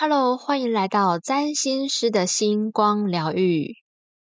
Hello，欢迎来到占星师的星光疗愈。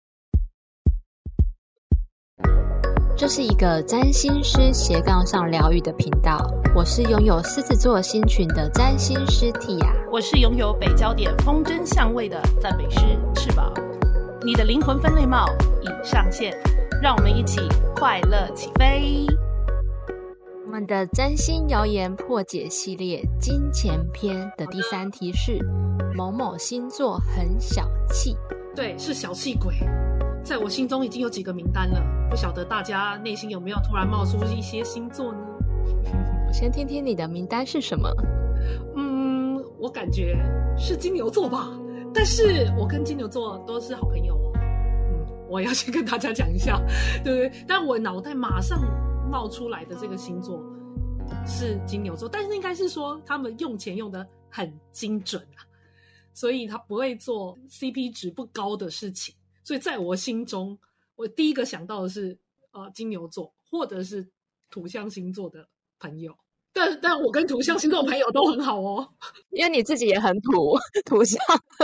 这是一个占星师斜杠上疗愈的频道，我是拥有狮子座星群的占星师 Tia， 我是拥有北焦点风筝相位的赞美师翅膀。你的灵魂分类帽已上线，让我们一起快乐起飞。 我们的占星谣言破解系列金钱篇的第3题是某某星座很小气。 对，是小气鬼，在我心中已经有几个名单了，不晓得大家内心有没有突然冒出一些星座呢？ 我先听听你的名单是什么。 我感觉是金牛座吧，但是我跟金牛座都是好朋友哦。我要先跟大家讲一下，对不对？但我脑袋马上冒出来的这个星座是金牛座，但是应该是说他们用钱用得很精准啊，所以他不会做 CP 值不高的事情。所以在我心中，我第一个想到的是金牛座或者是土象星座的朋友。但我跟土象星座的朋友都很好哦， 因为你自己也很土象。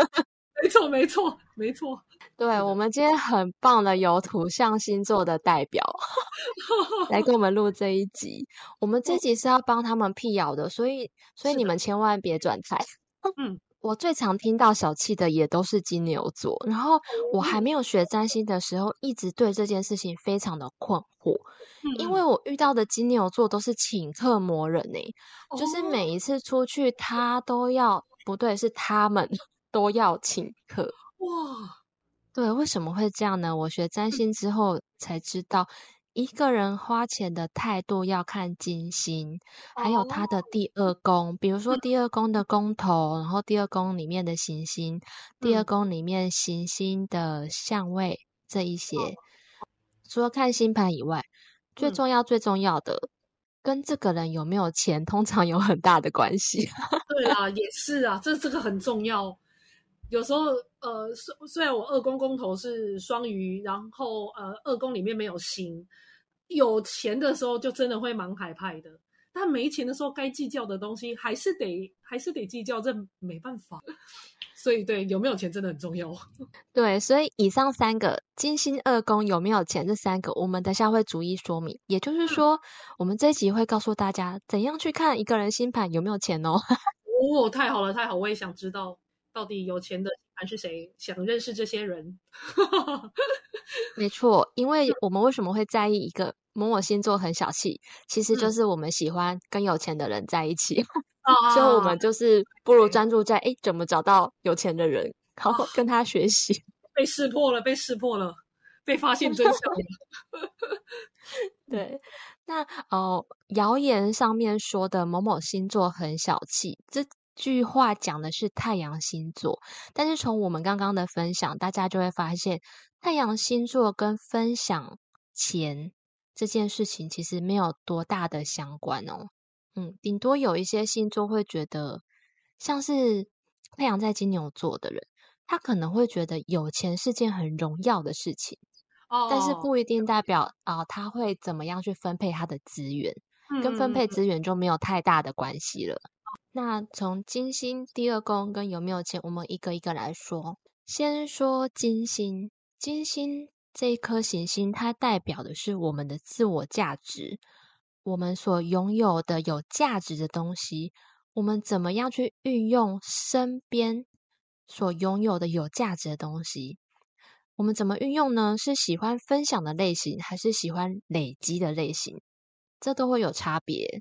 没错。 对，我们今天很棒的有土象星座的代表来跟我们录这一集。我们这集是要帮他们辟谣的，所以你们千万别转台。我最常听到小气的也都是金牛座，然后我还没有学占星的时候，一直对这件事情非常的困惑，因为我遇到的金牛座都是请客魔人就是每一次出去他都要，不对，是他们都要请客。 哇， 对，为什么会这样呢？我学占星之后才知道，一个人花钱的态度要看金星，还有他的第二宫，比如说第二宫的宫头，然后第二宫里面的行星，第二宫里面行星的相位，这一些。除了看星盘以外，最重要的，跟这个人有没有钱，通常有很大的关系。 对啦，也是啊，这个很重要。有时候虽然我二宫宫头是双鱼，然后二宫里面没有星，有钱的时候就真的会蛮海派的，但没钱的时候该计较的东西还是得计较，这没办法。所以对，有没有钱真的很重要。 对，所以以上3个金星二宫有没有钱，这3个我们等下会逐一说明。也就是说，我们这一集会告诉大家怎样去看一个人星盘有没有钱哦。 太好了，我也想知道到底有钱的还是谁，想认识这些人。 没错，因为我们为什么会在意一个某某星座很小气，其实就是我们喜欢跟有钱的人在一起。所以我们就是不如专注在怎么找到有钱的人，然后跟他学习。 被识破了，被发现真相了。 对，那谣言上面说的某某星座很小气，这句话讲的是太阳星座，但是从我们刚刚的分享，大家就会发现太阳星座跟分享钱这件事情其实没有多大的相关哦。顶多有一些星座会觉得，像是太阳在金牛座的人，他可能会觉得有钱是件很荣耀的事情。但是不一定代表他会怎么样去分配他的资源，跟分配资源就没有太大的关系了。那从金星第二宫跟有没有钱，我们一个一个来说。先说金星，金星这一颗行星，它代表的是我们的自我价值，我们所拥有的有价值的东西，我们怎么样去运用身边所拥有的有价值的东西。我们怎么运用呢？是喜欢分享的类型，还是喜欢累积的类型？这都会有差别。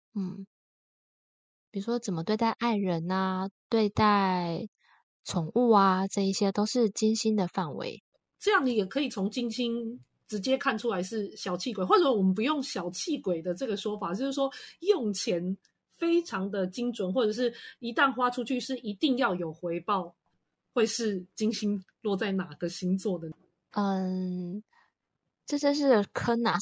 比如说怎么对待爱人啊，对待宠物啊，这一些都是金星的范围。 这样你也可以从金星直接看出来是小气鬼，或者我们不用小气鬼的这个说法，就是说用钱非常的精准，或者是一旦花出去是一定要有回报。会是金星落在哪个星座的？ 这真是坑啊！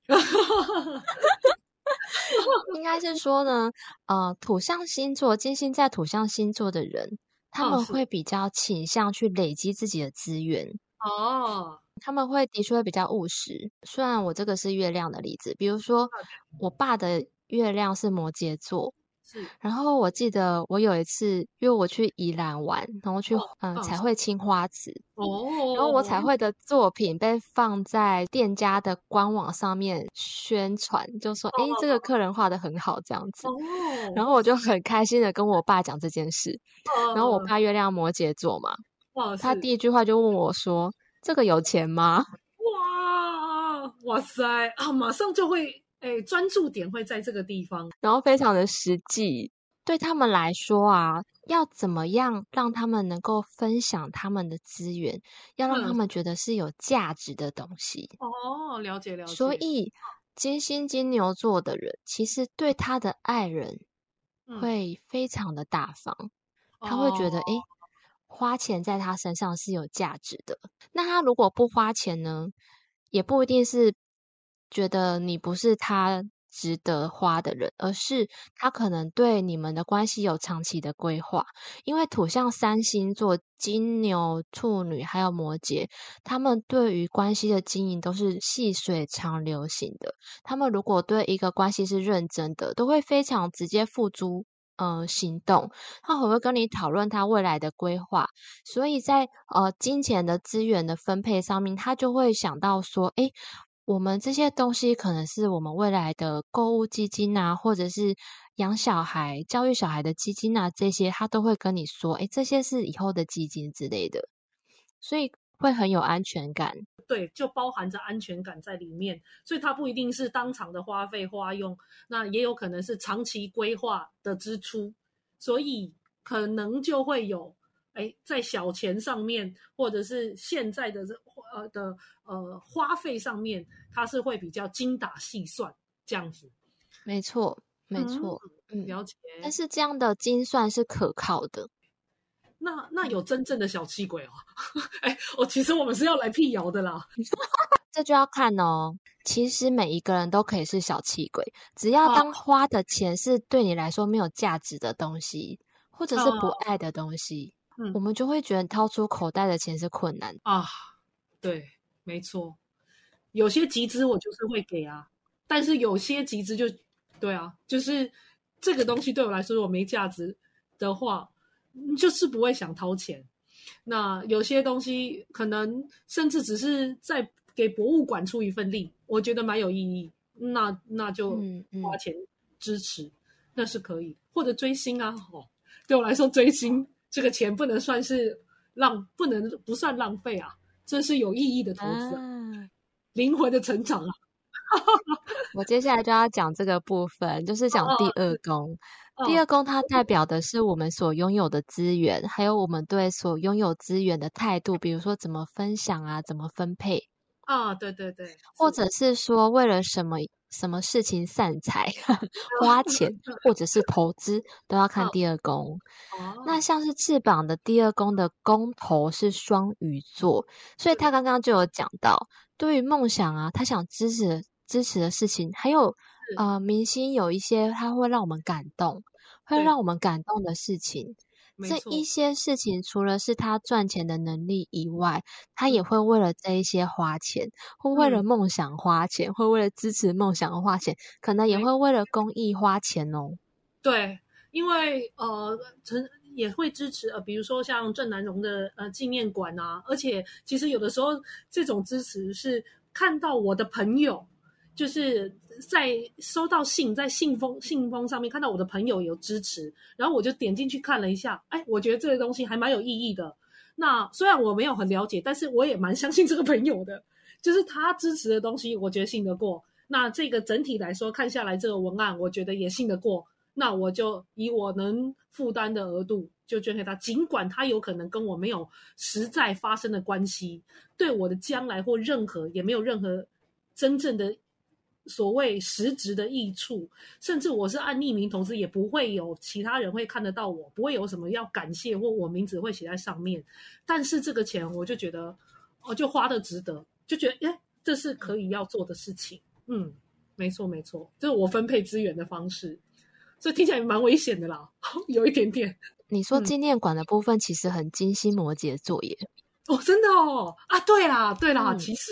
应该是说呢，土象星座，金星在土象星座的人，他们会比较倾向去累积自己的资源。他们会的确会比较务实。虽然我这个是月亮的例子，比如说我爸的月亮是摩羯座， 是然后我记得我有一次，因为我去宜兰玩，然后去彩绘青花瓷，然后我哦， 彩绘的作品被放在店家的官网上面宣传，就说诶，这个客人画得很好这样子。然哦， 后我就很开心的跟我爸讲这件事，然后我爸月亮摩羯座嘛，他是第一句话就问我说：“这个有钱吗？” 哇塞啊，马上就会专注点会在这个地方。 然后非常的实际。对他们来说啊，要怎么样让他们能够分享他们的资源，要让他嗯， 们觉得是有价值的东西。 哦，了解了解， 所以金牛座的人，其实对他的爱人嗯， 会非常的大方，他会觉哦， 得，诶，花钱在他身上是有价值的。那他如果不花钱呢，也不一定是觉得你不是他值得花的人，而是他可能对你们的关系有长期的规划。因为土象三星座金牛、处女还有摩羯，他们对于关系的经营都是细水长流型的。他们如果对一个关系是认真的，都会非常直接付诸行动。他会不会跟你讨论他未来的规划？所以在金钱的资源的分配上面，他就会想到说，诶，我们这些东西可能是我们未来的购物基金啊，或者是养小孩、教育小孩的基金啊，这些他都会跟你说，诶，这些是以后的基金之类的，所以会很有安全感。 对，就包含着安全感在里面，所以它不一定是当场的花费花用，那也有可能是长期规划的支出，所以可能就会有，在小钱上面，或者是现在的花费上面，它是会比较精打细算这样子。 没错，没嗯， 错，嗯。 了解。 但是这样的精算是可靠的。 那有嗯。 真正的小气鬼哦？其实我们是要来辟谣的啦。 这就要看哦。其实每一个人都可以是小气鬼，只要啊当花的钱是对你来说没有价值的东西，或者是不啊， 爱的东西， 嗯我们就会觉得掏出口袋的钱是困难。 啊，对，没错。有些集资我就是会给啊，但是有些集资就对啊，就是这个东西对我来说如果没价值的话，就是不会想掏钱。那有些东西可能甚至只是在给博物馆出一份力，我觉得蛮有意义，那就嗯嗯。 花钱支持，那是可以。或者追星啊，对我来说追星这个钱不能算是不算浪费啊，这是有意义的投资啊。 啊， 灵魂的成长啊！ 我接下来就要讲这个部分，就是讲第二宫。第二哦宫它代表的是我们所拥有的资源，还有我们对所拥有资源的态度，比如说怎么分享啊，怎么分配。 对对对，是或者是说为了什么事情散财花钱，或者是投资，都要看哦第二宫。那哦， 像是翅膀的第二宫的宫头是双鱼座，所以他是刚刚就有讲到，对于梦想啊，他想支持的事情，还有是， 明星有一些他会让我们感动，会对， 让我们感动的事情。这一没错， 些事情，除了是他赚钱的能力以外，他也嗯会为了这一些花钱，会为了嗯， 梦想花钱，会为了支持梦想花钱，可能也没会为了公益花钱哦。 对，因为也会支持比如说像郑南榕的纪念馆啊，而且其实有的时候这种支持是看到我的朋友，就是在收到在信封上面看到我的朋友有支持，然后我就点进去看了一下，我觉得这个东西还蛮有意义的。那虽然我没有很了解，但是我也蛮相信这个朋友的，就是他支持的东西，我觉得信得过。那这个整体来说看下来，这个文案我觉得也信得过。那我就以我能负担的额度就捐给他，尽管他有可能跟我没有实在发生的关系，对我的将来或也没有任何真正的所谓实质的益处，甚至我是按匿名投资，也不会有其他人会看得到我，不会有什么要感谢或我名字会写在上面。但是这个钱我就觉得，就花的值得，就觉得这是可以要做的事情。没错没错，这是我分配资源的方式。所以听起来蛮危险的啦，有一点点。 你说纪念馆的部分其实很金星摩羯座耶。 真的哦啊，对啦对啦， 嗯。 其实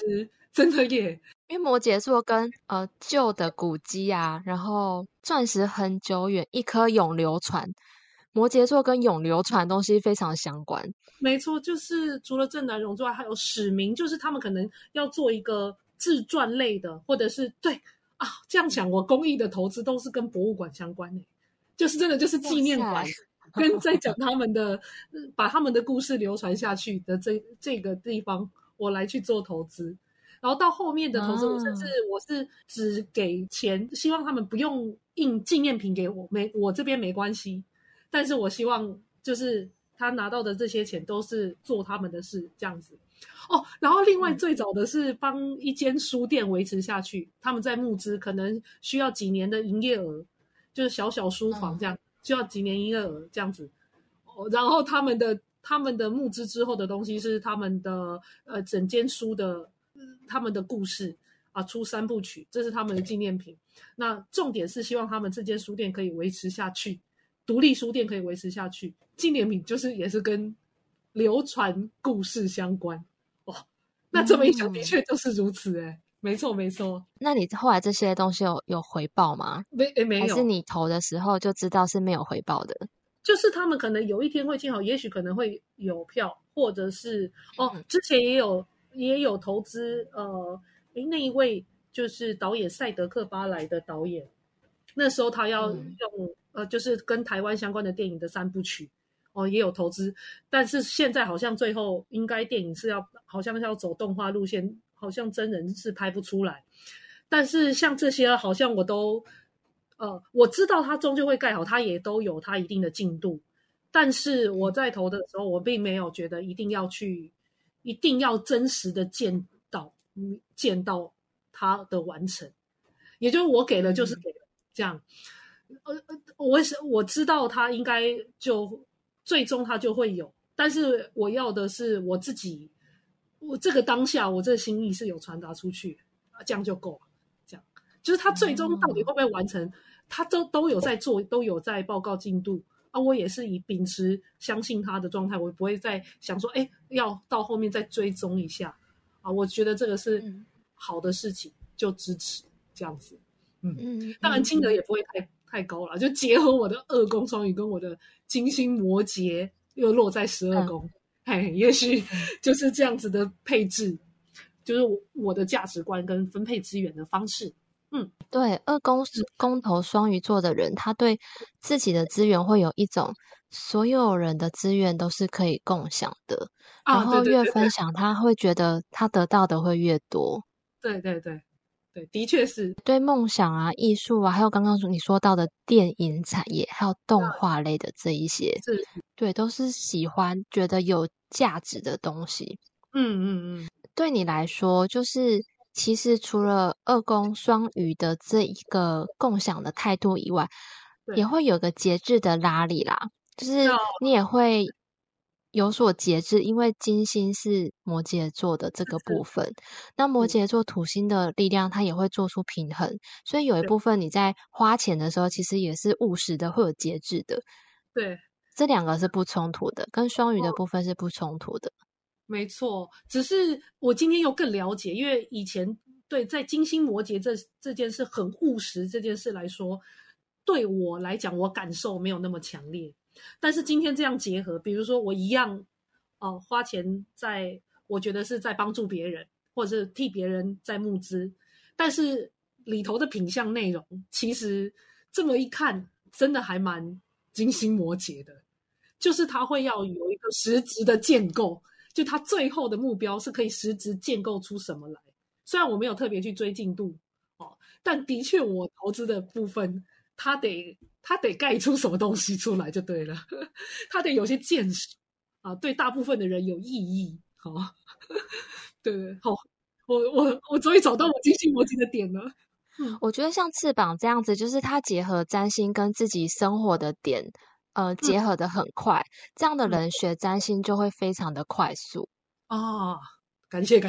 真的耶。 因为摩羯座跟旧的古迹啊，然后钻石很久远，一颗永流传。摩羯座跟永流传的东西非常相关。 没错，就是除了郑南榕之外，还有史明，就是他们可能要做一个自传类的，或者是对啊，这样讲，我公益的投资都是跟博物馆相关的，就是真的就是纪念馆，跟在讲他们的，把他们的故事流传下去的这个地方，我来去做投资。然后到后面的投资，我是只给钱，希望他们不用印纪念品给我，我这边没关系，但是我希望就是他拿到的这些钱都是做他们的事这样子。哦，然后另外最早的是帮一间书店维持下去，他们在募资，可能需要几年的营业额，就是小小书房这样，需要几年营业额这样子。然后他们的募资之后的东西是他们的整间书的他们的故事啊，出3部曲，这是他们的纪念品。那重点是希望他们这间书店可以维持下去，独立书店可以维持下去。纪念品就是也是跟流传故事相关。哦，那这么一想，的确就是如此哎，没错没错。 那你后来这些东西有回报吗？ 没有， 还是你投的时候就知道是没有回报的？ 就是他们可能有一天会建好，也许可能会有票，或者是之前也有投资，那一位就是导演赛德克巴莱的导演，那时候他要用就是跟台湾相关的电影的3部曲，也有投资，但是现在好像最后应该电影好像是要走动画路线，好像真人是拍不出来，但是像这些好像我知道它终究会盖好，它也都有它一定的进度，但是我在投的时候，我并没有觉得一定要真实的见到它的完成，也就是我给了就是给了，这样。我知道它应该就最终它就会有，但是我要的是我自己，我这个当下我这个心意是有传达出去，这样就够了。这样就是它最终到底会不会完成？他都有在做，都有在报告进度啊。我也是以秉持相信他的状态，我不会再想说，要到后面再追踪一下啊。我觉得这个是好的事情，就支持这样子。当然金额也不会太高了，就结合我的2宫双鱼跟我的金星摩羯又落在12宫，也许就是这样子的配置，就是我的价值观跟分配资源的方式。 对，2宫头双鱼座的人，他对自己的资源会有一种所有人的资源都是可以共享的，然后越分享，他会觉得他得到的会越多。 对，的确是。 对梦想啊、艺术啊，还有刚刚你说到的电影产业，还有动画类的这一些，对，都是喜欢觉得有价值的东西。对你来说，就是其实除了2宫双鱼的这一个共享的态度以外，也会有个节制的拉力啦，就是你也会有所节制，因为金星是摩羯座的这个部分，那摩羯座土星的力量它也会做出平衡，所以有一部分你在花钱的时候，其实也是务实的，会有节制的。 对， 这2个是不冲突的，跟双鱼的部分是不冲突的。 没错，只是我今天又更了解，因为以前在金星摩羯这件事很务实这件事来说，对我来讲我感受没有那么强烈，但是今天这样结合，比如说我一样花钱我觉得是在帮助别人，或者是替别人在募资，但是里头的品项内容其实这么一看真的还蛮金星摩羯的，就是它会要有一个实质的建构，就他最后的目标是可以实质建构出什么来。虽然我没有特别去追进度但的确我投资的部分，他得盖出什么东西出来就对了，他得有些见识对大部分的人有意义对，好，我终于找到我金星摩羯的点了。 我觉得像翅膀这样子，就是它结合占星跟自己生活的点结合的很快，这样的人学占星就会非常的快速感谢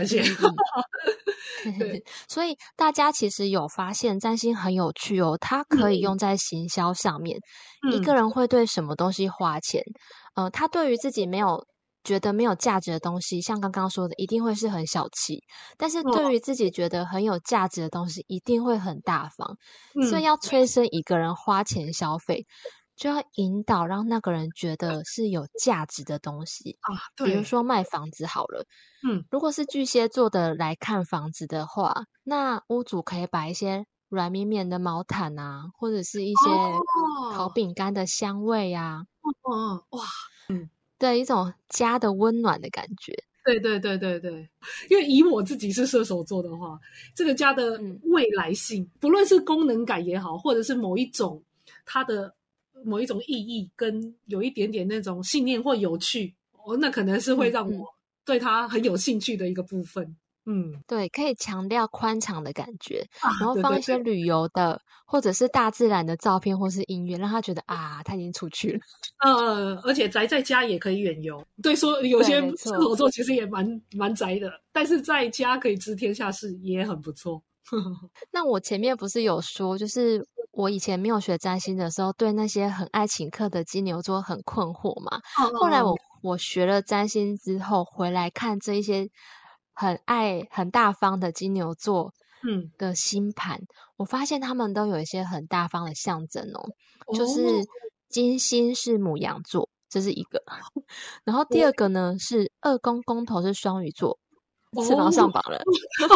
对，所以大家其实有发现占星很有趣它可以用在行销上面。一个人会对什么东西花钱他对于自己没有觉得没有价值的东西，像刚刚说的，一定会是很小气，但是哦， 对于自己觉得很有价值的东西，一定会很大方。所以嗯， 要催生一个人花钱消费，就要引导让那个人觉得是有价值的东西。 啊， 比如对， 说卖房子好了， 嗯， 如果是巨蟹座的来看房子的话，那屋主可以把一些软绵绵的毛毯啊，或者是一些烤哦， 饼干的香味啊， 嗯，哇， 对，一种家的温暖的感觉。 对对对对对，因为以我自己是射手座的话，这个家的嗯， 未来性，不论是功能感也好，或者是它的某一种意义，跟有一点点那种信念或有趣，哦，那可能是会让我嗯嗯。 对它很有兴趣的一个部分。嗯， 对，可以强调宽敞的感觉， 啊， 然后对对对， 放一些旅游的，或者是大自然的照片或是音乐，让他觉得啊，他已经出去了。 而且宅在家也可以远游。对，说有对， 些没错。 射手座其实也蛮宅的，但是在家可以知天下事，也很不错。 那我前面不是有说，就是我以前没有学占星的时候，对那些很爱请客的金牛座很困惑嘛。 哦后来哦哦， 我学了占星之后，回来看这一些很爱很大方的金牛座嗯， 的星盘，我发现他们都有一些很大方的象征哦，就哦， 是金星是母羊座，这是一个。然后第我二个呢是二宫公头是双鱼座，翅膀哦， 上榜了。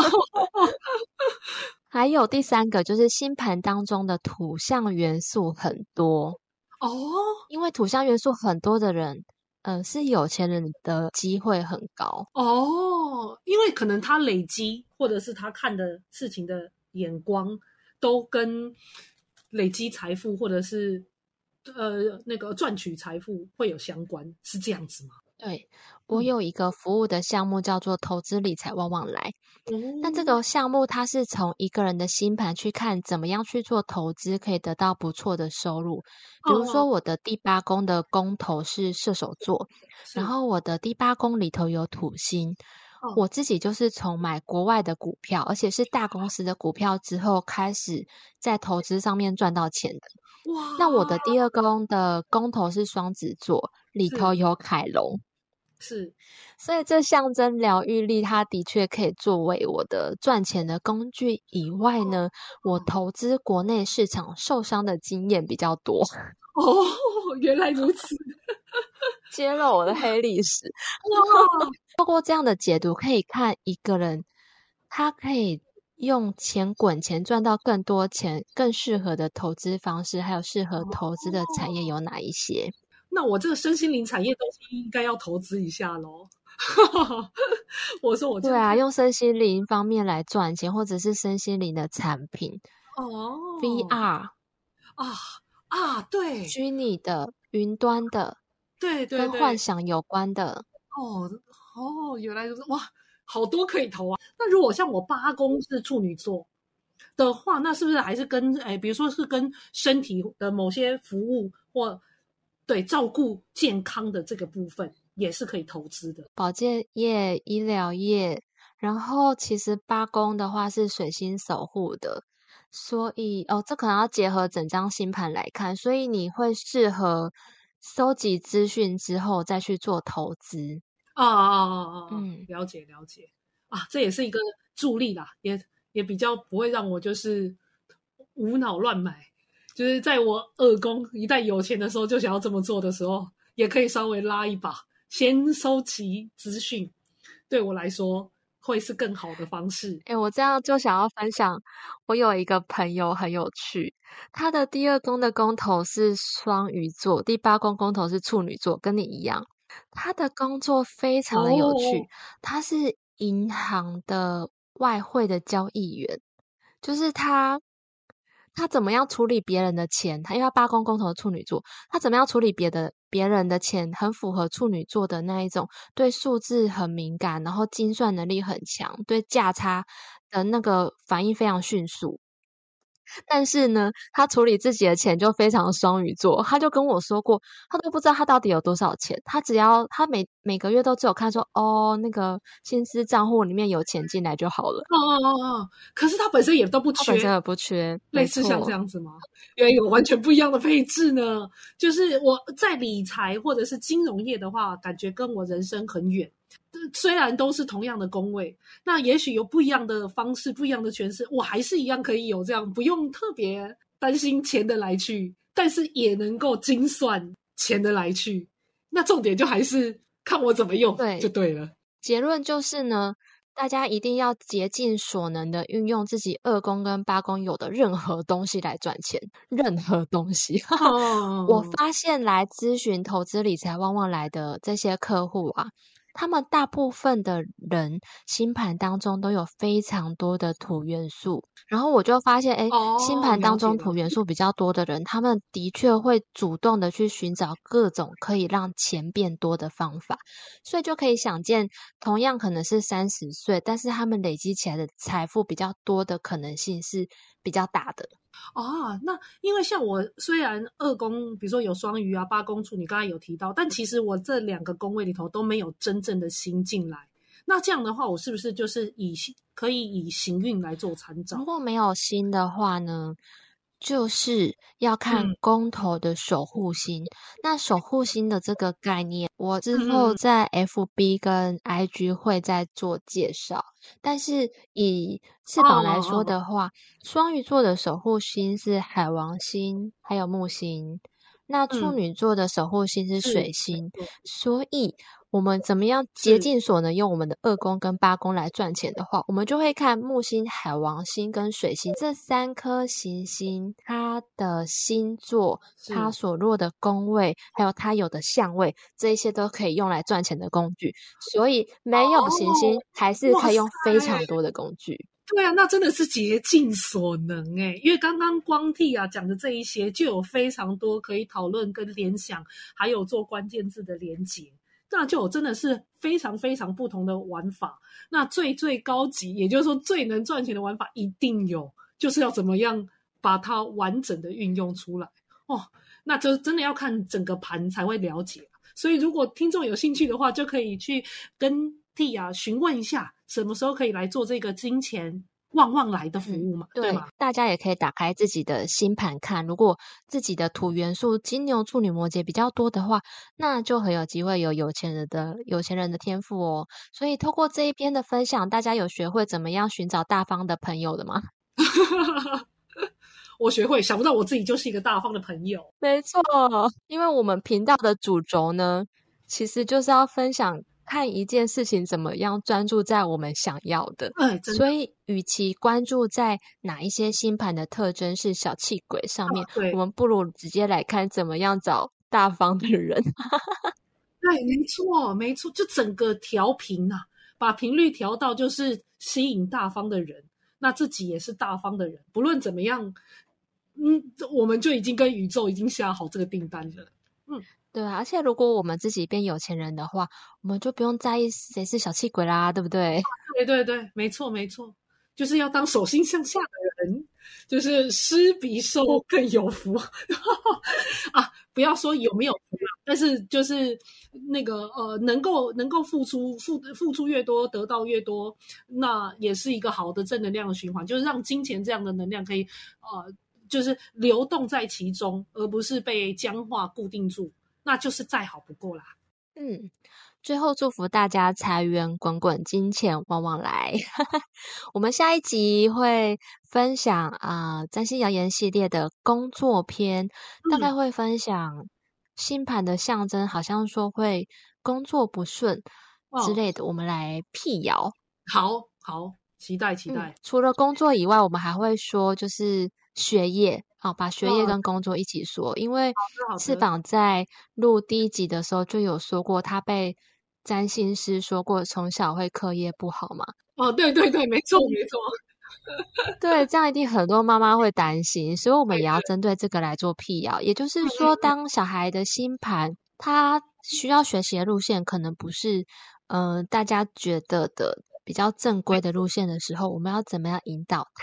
还有第三个就是星盘当中的土象元素很多， 哦因为土象元素很多的人，是有钱人的机会很高。 哦，因为可能他累积，或者是他看的事情的眼光，都跟累积财富或者是那个赚取财富会有相关，是这样子吗？ 对，我嗯， 有一个服务的项目叫做投资理财旺旺来。那这哦， 个项目它是从一个人的星盘去看怎么样去做投资，可以得到不错的收入。比如说哦， 我的第八宫的宫头是射手座，然是， 后我的第八宫里头有土星。 哦， 我自己就是从买国外的股票，而且是大公司的股票之后，开始在投资上面赚到钱的。那我哇， 的第二宫的宫头是双子座，里头是有凯龙。 是， 所以这象征疗愈力，它的确可以作为我的赚钱的工具以外呢，我哦投资国内市场受伤的经验比较多， 哦，原来如此， 揭露我的黑历史。 哇， 透过这样的解读，可以看一个人，他可以用钱滚钱赚到更多钱，更适合的投资方式，还有适合投资的产业有哪一些？ 那我这个身心灵产业东西应该要投资一下喽。我说我这对啊， 样看， 用身心灵方面来赚钱，或者是身心灵的产品哦， ，VR。 啊啊，对虚拟的、云端的、 对对跟幻对， 想有关的。 哦哦，原来就是哇，好多可以投啊。那如果像我八宫是处女座的话，那是不是还是跟比如说是跟身体的某些服务或对照顾健康的这个部分也是可以投资的保健业、医疗业，然后其实八宫的话是水星守护的，所以这可能要结合整张星盘来看，所以你会适合收集资讯之后再去做投资。嗯， 了解了解啊，这也是一个助力啦，也比较不会让我就是无脑乱买，就是在我二宫一旦有钱的时候就想要这么做的时候，也可以稍微拉一把，先收集资讯，对我来说会是更好的方式。 我这样就想要分享，我有一个朋友很有趣，他的第二宫的宫头是双鱼座，第八宫宫头是处女座，跟你一样。他的工作非常的有趣， 哦他是银行的外汇的交易员，就是他怎么样处理别人的钱，他因为他八宫宫头是处女座，他怎么样处理别人的钱，很符合处女座的那一种对数字很敏感，然后精算能力很强，对价差的那个反应非常迅速。 但是呢，他处理自己的钱就非常双鱼座，他就跟我说过，他都不知道他到底有多少钱，他只要他每个月都只有看说，哦，那个薪资账户里面有钱进来就好了， 哦哦哦哦，可是他本身也都不缺， 他本身也不缺，没类似像这错。 样子吗？因为有完全不一样的配置呢。就是我在理财或者是金融业的话，感觉跟我人生很远。虽然都是同样的工位，那也许有不一样的方式、不一样的诠释，我还是一样可以有这样，不用特别担心钱的来去，但是也能够精算钱的来去。那重点就还是看我怎么用就对， 对了。 结论就是呢，大家一定要竭尽所能的运用自己二宫跟八宫有的任何东西来赚钱，任何东西。我哦， 发现来咨询投资理财旺旺来的这些客户啊，他们大部分的人星盘当中都有非常多的土元素，然后我就发现，诶，星哦， 盘当中了解了解。 土元素比较多的人，他们的确会主动的去寻找各种可以让钱变多的方法。所以就可以想见，同样可能是30岁，但是他们累积起来的财富比较多的可能性是比较大的。 啊，那因为像我虽然二宫，比如说有双鱼啊、八宫处，你刚才有提到，但其实我这两个宫位里头都没有真正的星进来。那这样的话，我是不是就是可以以行运来做参照？ 如果没有星的话呢，就是要看嗯公头的守护星。那守护星的这个概念，我之嗯嗯嗯， 后在 FB 跟 IG 会再做介绍。但是以翅哦膀来哦哦， 说的话，双鱼座的守护星是海王星，还有木星。那处嗯， 女座的守护星是是水星， 没错， 所以我们怎么样竭是尽所能用我们的二宫跟八宫来赚钱的话，我们就会看木星、海王星跟水星这3颗行星，它的星座、它是， 所落的宫位，还有它有的相位，这一些都可以用来赚钱的工具。所以没有行哦， 星，还是哇塞！ 可以用非常多的工具。 对啊，那真的是竭尽所能诶，因为刚刚光替啊讲的这一些，就有非常多可以讨论跟联想，还有做关键字的连结，那就有真的是非常非常不同的玩法。那最高级，也就是说最能赚钱的玩法一定有，就是要怎么样把它完整的运用出来哦。那就真的要看整个盘才会了解。所以如果听众有兴趣的话，就可以去跟 T 啊询问一下，什么时候可以来做这个金钱旺旺来的服务嘛，对对， 吗？ 大家也可以打开自己的星盘看，如果自己的土元素金牛、处女、摩羯比较多的话，那就很有机会有有钱人的天赋哦。所以透过这一篇的分享，大家有学会怎么样寻找大方的朋友了吗？ 我学会，想不到我自己就是一个大方的朋友。 没错，因为我们频道的主轴呢，其实就是要分享看一件事情怎么样专注在我们想要的。 哎，真的， 所以，与其关注在哪一些星盘的特征是小气鬼上面，我对们不如直接来看怎么样找大方的人。 对，没错，没错，就整个调频啊，把频率调到就是吸引大方的人，那自己也是大方的人，不论怎么样，我们就已经跟宇宙已经下好这个订单了。嗯， 对啊，而且如果我们自己变有钱人的话，我们就不用在意谁是小气鬼啦，对不对？ 对对对，没错没错，就是要当手心向下的人，就是施比受更有福啊！不要说有没有福啦，但是就是那个能够付出越多，得到越多，那也是一个好的正能量的循环，就是让金钱这样的能量可以就是流动在其中，而不是被僵化固定住，那就是再好不过啦。 嗯，最后祝福大家财源滚滚，金钱旺旺来。我们下一集会分享占星谣言系列的工作篇，大概嗯， 会分享星盘的象征，好像说会工作不顺之哦， 类的，我们来辟谣。 好好，期待期待。 除了工作以外，我们还会说就是学业，把学业哦， 跟工作一起说。因为翅好的。 膀在录第一集的时候就有说过，他被占星师说过从小会课业不好嘛。 哦，对对对，没错没错， 对，这样一定很多妈妈会担心，所以我们也要对对， 针对这个来做辟谣。也就是说， 嗯嗯当小孩的星盘他需要学习的路线可能不是大家觉得的比较正规的路线的时候，我们要怎么样引导他？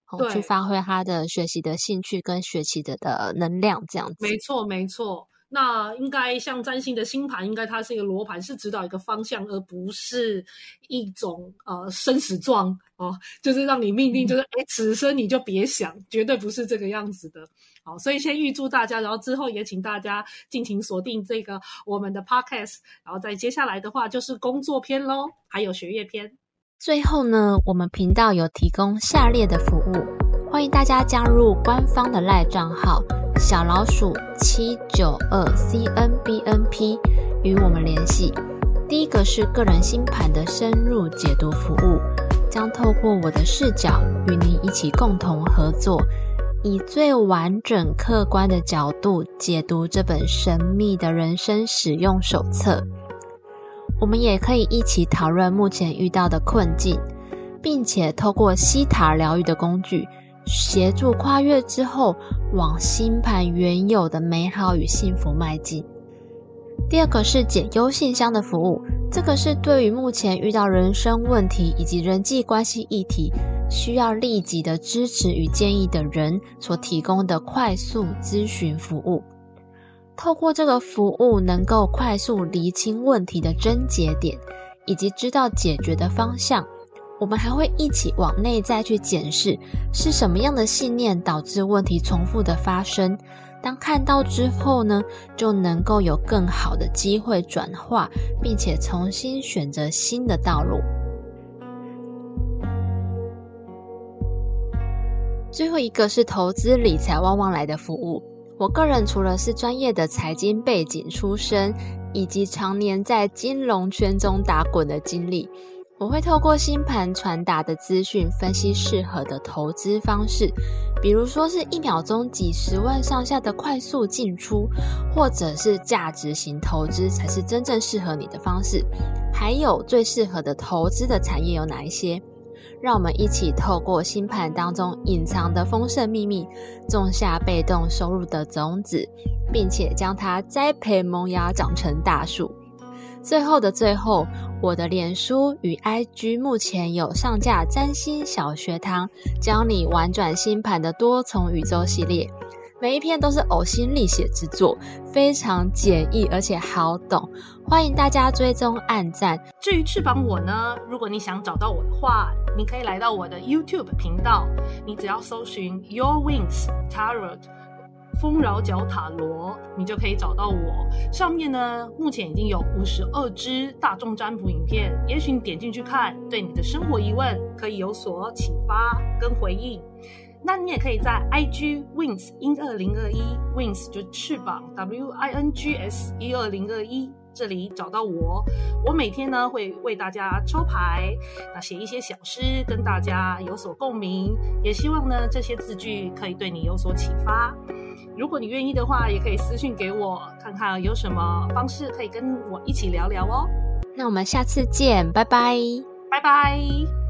去发挥他的学习的兴趣跟学习的能量这样子。 没错没错。那应该像占星的星盘，应该它是一个罗盘，是指导一个方向，而不是一种生死状哦，就是让你命令就是此生你就别想，绝对不是这个样子的。好，所以先预祝大家，然后之后也请大家尽情锁定这个我们的 podcast， 然后再接下来的话就是工作篇咯，还有学业篇。 最后呢，我们频道有提供下列的服务，欢迎大家加入官方的 LINE 账号小老鼠792CNBNP 与我们联系。第一个是个人星盘的深入解读服务，将透过我的视角与您一起共同合作，以最完整客观的角度解读这本神秘的人生使用手册。我们也可以一起讨论目前遇到的困境，并且透过西塔疗愈的工具协助跨越之后往星盘原有的美好与幸福迈进。第二个是解忧信箱的服务，这个是对于目前遇到人生问题以及人际关系议题需要立即的支持与建议的人所提供的快速咨询服务。透过这个服务能够快速厘清问题的症结点以及知道解决的方向。我们还会一起往内在去检视是什么样的信念导致问题重复的发生，当看到之后呢，就能够有更好的机会转化，并且重新选择新的道路。最后一个是投资理财旺旺来的服务。我个人除了是专业的财经背景出身，以及常年在金融圈中打滚的经历，我会透过星盘传达的资讯分析适合的投资方式，比如说是1秒钟几十万上下的快速进出，或者是价值型投资才是真正适合你的方式，还有最适合的投资的产业有哪一些。让我们一起透过星盘当中隐藏的丰盛秘密，种下被动收入的种子，并且将它栽培萌芽长成大树。最后的最后，我的脸书与 IG 目前有上架占星小学堂，教你玩转星盘的多重宇宙系列，每一篇都是呕心沥血之作，非常简易而且好懂，欢迎大家追踪按赞。 至于翅膀我呢，如果你想找到我的话，你可以来到我的 YouTube 频道，你只要搜寻 Your Wings Tarot 丰饶角塔罗，你就可以找到我。上面呢，目前已经有52支大众占卜影片，也许你点进去看，对你的生活疑问可以有所启发跟回应。那你也可以在 IG Wings 12021 Wings 就是翅膀 WINGS 12021这里找到我。我每天呢会为大家抽牌，写一些小诗跟大家有所共鸣，也希望呢这些字句可以对你有所启发。如果你愿意的话，也可以私讯给我，看看有什么方式可以跟我一起聊聊哦。 那我们下次见，拜拜， 拜拜。